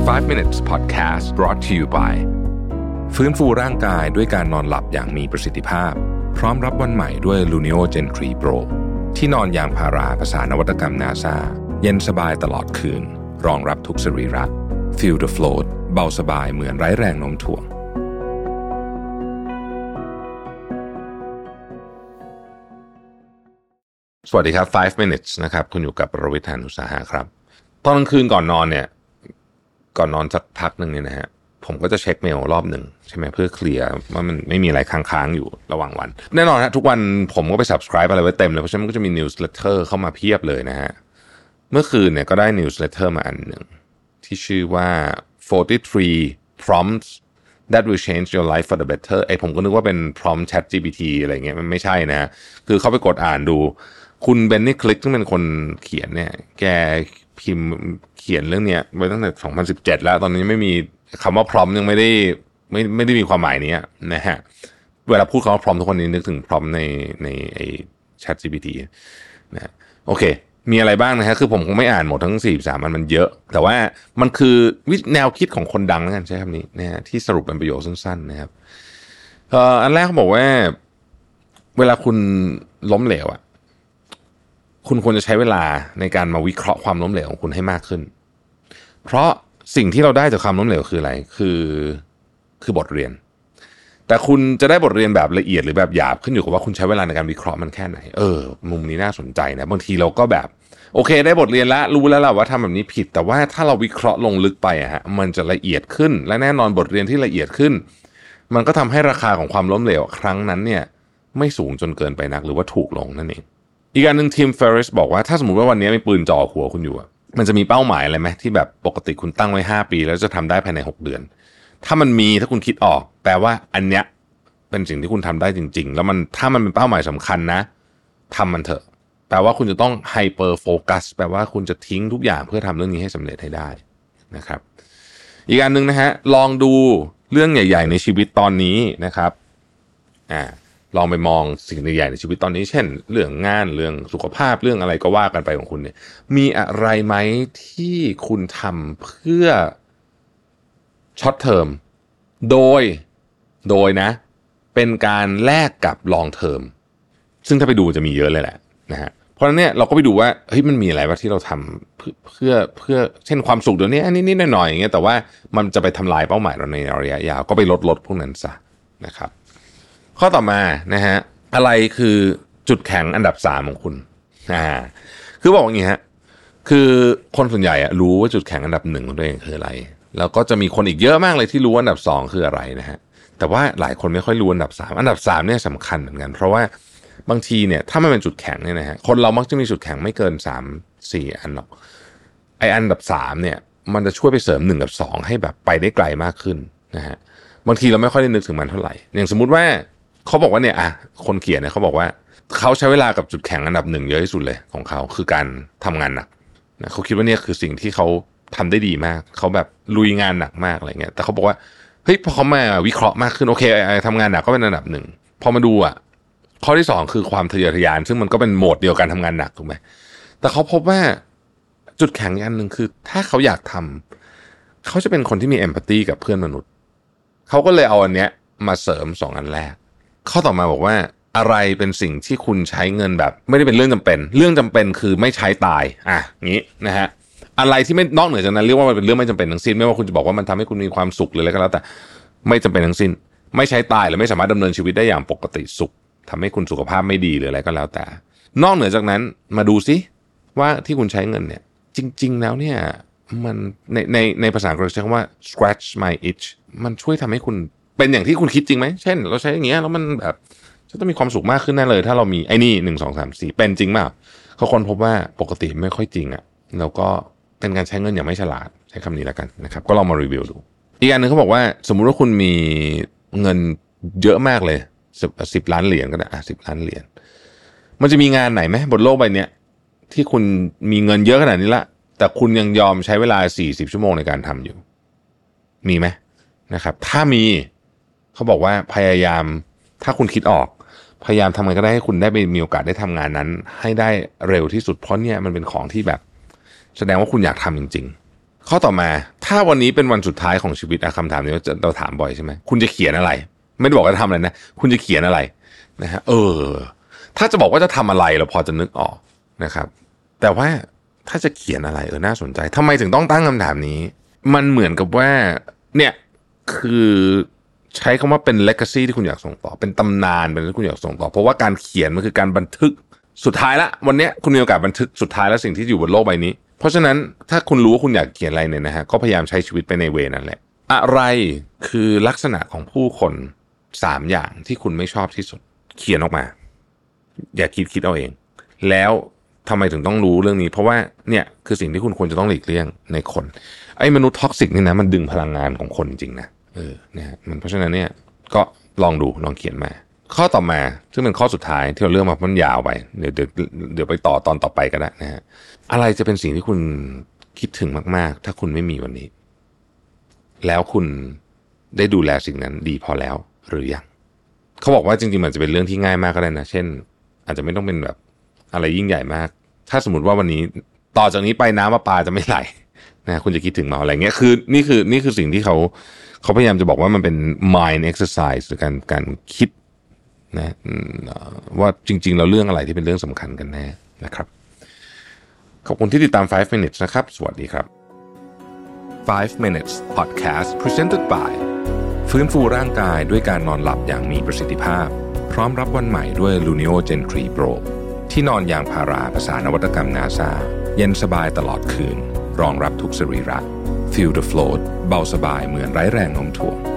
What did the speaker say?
5 minutes podcast brought to you by ฟื้นฟูร่างกายด้วยการนอนหลับอย่างมีประสิทธิภาพพร้อมรับวันใหม่ด้วย Luno Gen 3 Pro ที่นอนยางพาราภาษานวัตกรรม NASA เย็นสบายตลอดคืนรองรับทุกสรีระ Feel the float เบาสบายเหมือนไร้แรงโน้มถ่วงสวัสดีครับ5 minutes นะครับคุณอยู่กับประวิทย์ หาญอุตสาหะครับตอนกลางคืนก่อนนอนเนี่ยก่อนนอนสักพักนึงเนี่ยนะฮะผมก็จะเช็คเมลรอบหนึ่งใช่ไหมเพื่อเคลียร์ว่ามันไม่มีอะไรค้างๆอยู่ระหว่างวันแน่นอนฮะทุกวันผมก็ไป subscribe อะไรไว้เต็มเลยเพราะฉะนั้นมันก็จะมี newsletter เข้ามาเพียบเลยนะฮะเมื่อคืนเนี่ยก็ได้ newsletter มาอันหนึ่งที่ชื่อว่า 43 prompts that will change your life for the better ผมก็นึกว่าเป็น prompt chat GPT อะไรเงี้ยมันไม่ใช่นะคือเข้าไปกดอ่านดูคุณเบนนี่คลิกซึ่งเป็นคนเขียนเนี่ยแกพิมพ์เขียนเรื่องเนี้ยไว้ตั้งแต่2017แล้วตอนนี้ไม่มีคำว่า prompt ยังไม่ได้มีความหมายนี้นะฮะเวลาพูดคำว่า prompt ทุกคนนี้นึกถึง prompt ในไอ้ chat GPT นะโอเคมีอะไรบ้างนะฮะคือผมคงไม่อ่านหมดทั้ง43มันเยอะแต่ว่ามันคือแนวคิดของคนดังแล้วกันใช้คำนี้นะฮะที่สรุปเป็นประโยคสั้นๆนะครับอันแรกเขาบอกว่าเวลาคุณล้มเหลวอ่ะคุณควรจะใช้เวลาในการมาวิเคราะห์ความล้มเหลวของคุณให้มากขึ้นเพราะสิ่งที่เราได้จากความล้มเหลวคืออะไรคือบทเรียนแต่คุณจะได้บทเรียนแบบละเอียดหรือแบบหยาบขึ้นอยู่กับว่าคุณใช้เวลาในการวิเคราะห์มันแค่ไหนมุมนี้น่าสนใจนะบางทีเราก็แบบโอเคได้บทเรียนแล้วรู้แล้วล่ะว่าทำแบบนี้ผิดแต่ว่าถ้าเราวิเคราะห์ลงลึกไปฮะมันจะละเอียดขึ้นและแน่นอนบทเรียนที่ละเอียดขึ้นมันก็ทำให้ราคาของความล้มเหลวครั้งนั้นเนี่ยไม่สูงจนเกินไปนักหรือว่าถูกลงนั่นเองอีกอันหนึ่งทีมเฟอร์ริสบอกว่าถ้าสมมติว่าวันนี้มีปืนจ่อหัวคุณอยู่มันจะมีเป้าหมายอะไรไหมที่แบบปกติคุณตั้งไว้5 ปีแล้วจะทำได้ภายใน6 เดือนถ้ามันมีถ้าคุณคิดออกแปลว่าอันเนี้ยเป็นสิ่งที่คุณทำได้จริงๆแล้วถ้ามันเป็นเป้าหมายสำคัญนะทำมันเถอะแปลว่าคุณจะต้องไฮเปอร์โฟกัสแปลว่าคุณจะทิ้งทุกอย่างเพื่อทำเรื่องนี้ให้สำเร็จให้ได้นะครับอีกอันนึงนะฮะลองดูเรื่องใหญ่ๆในชีวิตตอนนี้นะครับลองไปมองสิ่งใหญ่ๆในชีวิตตอนนี้เช่นเรื่องงานเรื่องสุขภาพเรื่องอะไรก็ว่ากันไปของคุณเนี่ยมีอะไรไหมที่คุณทำเพื่อช็อตเทอมโดยนะเป็นการแลกกับลองเทอมซึ่งถ้าไปดูจะมีเยอะเลยแหละนะฮะเพราะฉะนั้นเนี่ยเราก็ไปดูว่าเฮ้ยมันมีอะไรวะที่เราทำเพื่อเช่นความสุขเดี๋ยวนี้อันนี้หน่อยๆอย่างเงี้ยแต่ว่ามันจะไปทำลายเป้าหมายเราในระยะยาวก็ไปลดพวกนั้นซะนะครับข้อต่อมานะฮะอะไรคือจุดแข็งอันดับ3ของคุณคือบอกอย่างงี้ฮะคือคนส่วนใหญ่รู้ว่าจุดแข็งอันดับ1ของตัวเองคืออะไรแล้วก็จะมีคนอีกเยอะมากเลยที่รู้อันดับ2คืออะไรนะฮะแต่ว่าหลายคนไม่ค่อยรู้อันดับ3เนี่ยสำคัญเหมือนกันเพราะว่าบางทีเนี่ยถ้ามันเป็นจุดแข็งเนี่ยนะฮะคนเรามักจะมีจุดแข็งไม่เกิน3-4 อันหรอกไอ้อันดับ3เนี่ยมันจะช่วยไปเสริม1กับ2ให้แบบไปได้ไกลมากขึ้นนะฮะบางทีเราไม่ค่อยได้นึกถึงมันเท่าไหร่อย่างสมมุติว่าเขาบอกว่าเนี่ยคนเขียนเนี่ยเขาบอกว่าเขาใช้เวลากับจุดแข็งอันดับ1เยอะที่สุดเลยของเขาคือการทำงานหนักนะเขาคิดว่าเนี่ยคือสิ่งที่เขาทำได้ดีมากเขาแบบลุยงานหนักมากอะไรเงี้ยแต่เขาบอกว่าเฮ้ยพอเขามาวิเคราะห์มากขึ้นโอเคทำงานหนักก็เป็นอันดับ1พอมาดูข้อที่2คือความทะเยอทะยานซึ่งมันก็เป็นโหมดเดียวกันทำงานหนักถูกไหมแต่เขาพบว่าจุดแข็งอีกอันนึงคือถ้าเขาอยากทำเขาจะเป็นคนที่มีเอมพัตตีกับเพื่อนมนุษย์เขาก็เลยเอาอันเนี้ยมาเสริม2 อันแรกข้อต่อมาบอกว่าอะไรเป็นสิ่งที่คุณใช้เงินแบบไม่ได้เป็นเรื่องจำเป็นเรื่องจำเป็นคือไม่ใช้ตายงี้นะฮะอะไรที่ไม่นอกเหนือจากนั้นเรียกว่ามันเป็นเรื่องไม่จำเป็นทั้งสิ้นไม่ว่าคุณจะบอกว่ามันทำให้คุณมีความสุขหรืออะไรก็แล้วแต่ไม่จำเป็นทั้งสิ้นไม่ใช้ตายหรือไม่สามารถดำเนินชีวิตได้อย่างปกติสุขทำให้คุณสุขภาพไม่ดีหรืออะไรก็แล้วแต่นอกเหนือจากนั้นมาดูซิว่าที่คุณใช้เงินเนี่ยจริงๆแล้วเนี่ยมันในภาษาอังกฤษใช้คำว่า scratch my itch มันช่วยทำให้คุณเป็นอย่างที่คุณคิดจริงไหมเช่นเราใช้อย่างเงี้ยแล้วมันแบบจะต้องมีความสุขมากขึ้นแน่เลยถ้าเรามีไอ้นี่1 2 3 4เป็นจริงมากเขาค้นพบว่าปกติไม่ค่อยจริงแล้วก็เป็นการใช้เงินอย่างไม่ฉลาดใช้คำนี้แล้วกันนะครับก็ลองมารีวิวดูอีกอันนึงเขาบอกว่าสมมุติว่าคุณมีเงินเยอะมากเลย10 ล้านเหรียญก็ได้10 ล้านเหรียญมันจะมีงานไหนไหมบนโลกใบนี้ที่คุณมีเงินเยอะขนาดนี้ละแต่คุณยังยอมใช้เวลา40 ชั่วโมงในการทำอยู่มีไหมนะครับถ้ามีเขาบอกว่าพยายามถ้าคุณคิดออกพยายามทำไงก็ได้ให้คุณได้มีโอกาสได้ทำงานนั้นให้ได้เร็วที่สุดเพราะเนี่ยมันเป็นของที่แบบแสดงว่าคุณอยากทำจริงๆข้อต่อมาถ้าวันนี้เป็นวันสุดท้ายของชีวิตคำถามนี้เราถามบ่อยใช่ไหมคุณจะเขียนอะไรไม่ได้บอกว่าจะทำอะไรนะคุณจะเขียนอะไรนะฮะถ้าจะบอกว่าจะทำอะไรเราพอจะนึกออกนะครับแต่ว่าถ้าจะเขียนอะไรน่าสนใจทำไมถึงต้องตั้งคำถามนี้มันเหมือนกับว่าเนี่ยคือใช้คำว่าเป็น legacy ที่คุณอยากส่งต่อเป็นตำนานเป็นที่คุณอยากส่งต่อเพราะว่าการเขียนมันคือการบันทึกสุดท้ายละวันนี้คุณมีโอกาสบันทึกสุดท้ายแล้วสิ่งที่อยู่บนโลกใบนี้เพราะฉะนั้นถ้าคุณรู้ว่าคุณอยากเขียนอะไรเนี่ยนะฮะก็พยายามใช้ชีวิตไปในเวนั้นแหละอะไรคือลักษณะของผู้คน3อย่างที่คุณไม่ชอบที่สุดเขียนออกมาอย่าคิดเอาเองแล้วทำไมถึงต้องรู้เรื่องนี้เพราะว่าเนี่ยคือสิ่งที่คุณควรจะต้องหลีกเลี่ยงในคนไอ้มนุษย์ท็อกซิกนี่นะมันดึงพลังงานของคนจริงนะเนี่ยมันเพราะฉะนั้นเนี่ยก็ลองเขียนมาข้อต่อมาซึ่งเป็นข้อสุดท้ายที่เราเลือกมาเพราะมันยาวไปเดี๋ยวไปต่อตอนต่อไปก็ได้นะฮะอะไรจะเป็นสิ่งที่คุณคิดถึงมากๆถ้าคุณไม่มีวันนี้แล้วคุณได้ดูแลสิ่งนั้นดีพอแล้วหรือยังเขาบอกว่าจริงๆมันจะเป็นเรื่องที่ง่ายมากก็ได้นะเช่นอาจจะไม่ต้องเป็นแบบอะไรยิ่งใหญ่มากถ้าสมมติว่าวันนี้ต่อจากนี้ไปน้ำประปาจะไม่ไหลนะคุณจะคิดถึงมาอะไรเงี้ยคือนี่คือสิ่งที่เขาพยายามจะบอกว่ามันเป็น mind exercise หรือการคิดนะว่าจริงๆเราเรื่องอะไรที่เป็นเรื่องสำคัญกันแน่นะครับขอบคุณที่ติดตาม 5 minutes นะครับสวัสดีครับ 5 minutes podcast presented by ฟื้นฟูร่างกายด้วยการนอนหลับอย่างมีประสิทธิภาพพร้อมรับวันใหม่ด้วย Luno Gen 3 Pro ที่นอนยางพาราภาษานวัตกรรม NASA เย็นสบายตลอดคืนรองรับทุกสรีระ Feel the float เบาสบายเหมือนไร้แรงโน้มถ่วง